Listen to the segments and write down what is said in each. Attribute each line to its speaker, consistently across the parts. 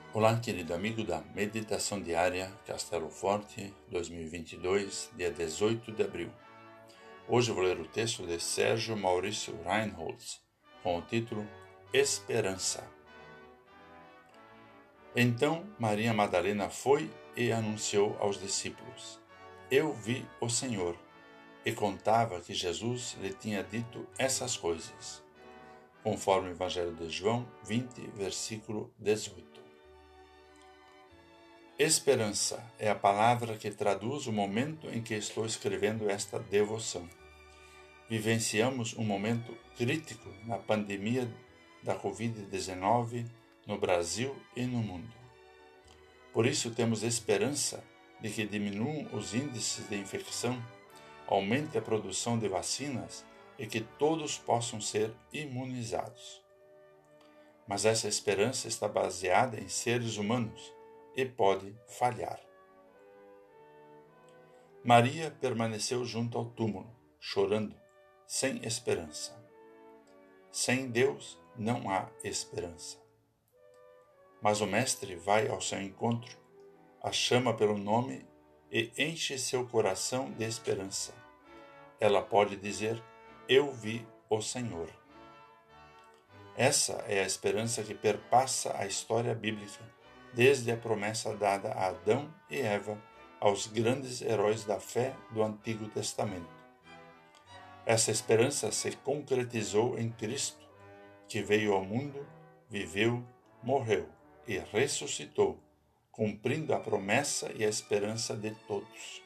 Speaker 1: Olá, querido amigo da Meditação Diária Castelo Forte 2022, dia 18 de abril. Hoje vou ler o texto de Sérgio Maurício Reinholtz, com o título Esperança. Então Maria Madalena foi e anunciou aos discípulos: Eu vi o Senhor, e contava que Jesus lhe tinha dito essas coisas, conforme o Evangelho de João 20, versículo 18. Esperança é a palavra que traduz o momento em que estou escrevendo esta devoção. Vivenciamos um momento crítico na pandemia da Covid-19 no Brasil e no mundo. Por isso temos esperança de que diminuam os índices de infecção, aumente a produção de vacinas e que todos possam ser imunizados. Mas essa esperança está baseada em seres humanos e pode falhar. Maria permaneceu junto ao túmulo, chorando, sem esperança. Sem Deus não há esperança. Mas o Mestre vai ao seu encontro, a chama pelo nome e enche seu coração de esperança. Ela pode dizer: Eu vi o Senhor. Essa é a esperança que perpassa a história bíblica, desde a promessa dada a Adão e Eva, aos grandes heróis da fé do Antigo Testamento. Essa esperança se concretizou em Cristo, que veio ao mundo, viveu, morreu e ressuscitou, cumprindo a promessa e a esperança de todos.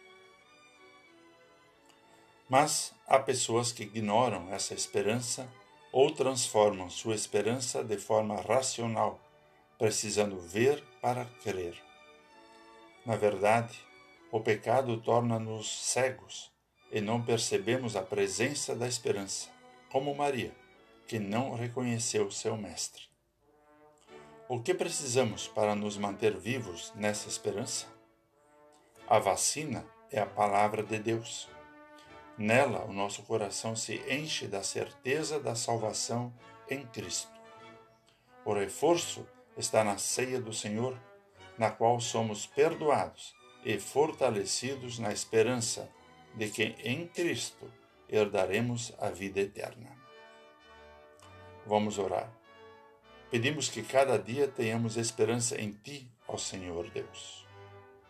Speaker 1: Mas há pessoas que ignoram essa esperança ou transformam sua esperança de forma racional, precisando ver para crer. Na verdade, o pecado torna-nos cegos e não percebemos a presença da esperança, como Maria, que não reconheceu seu Mestre. O que precisamos para nos manter vivos nessa esperança? A vacina é a palavra de Deus. Nela, o nosso coração se enche da certeza da salvação em Cristo. O reforço está na ceia do Senhor, na qual somos perdoados e fortalecidos na esperança de que em Cristo herdaremos a vida eterna. Vamos orar. Pedimos que cada dia tenhamos esperança em Ti, ó Senhor Deus.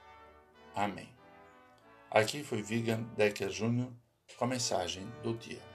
Speaker 1: Amém. Aqui foi Vigan Decker Jr. com a mensagem do dia.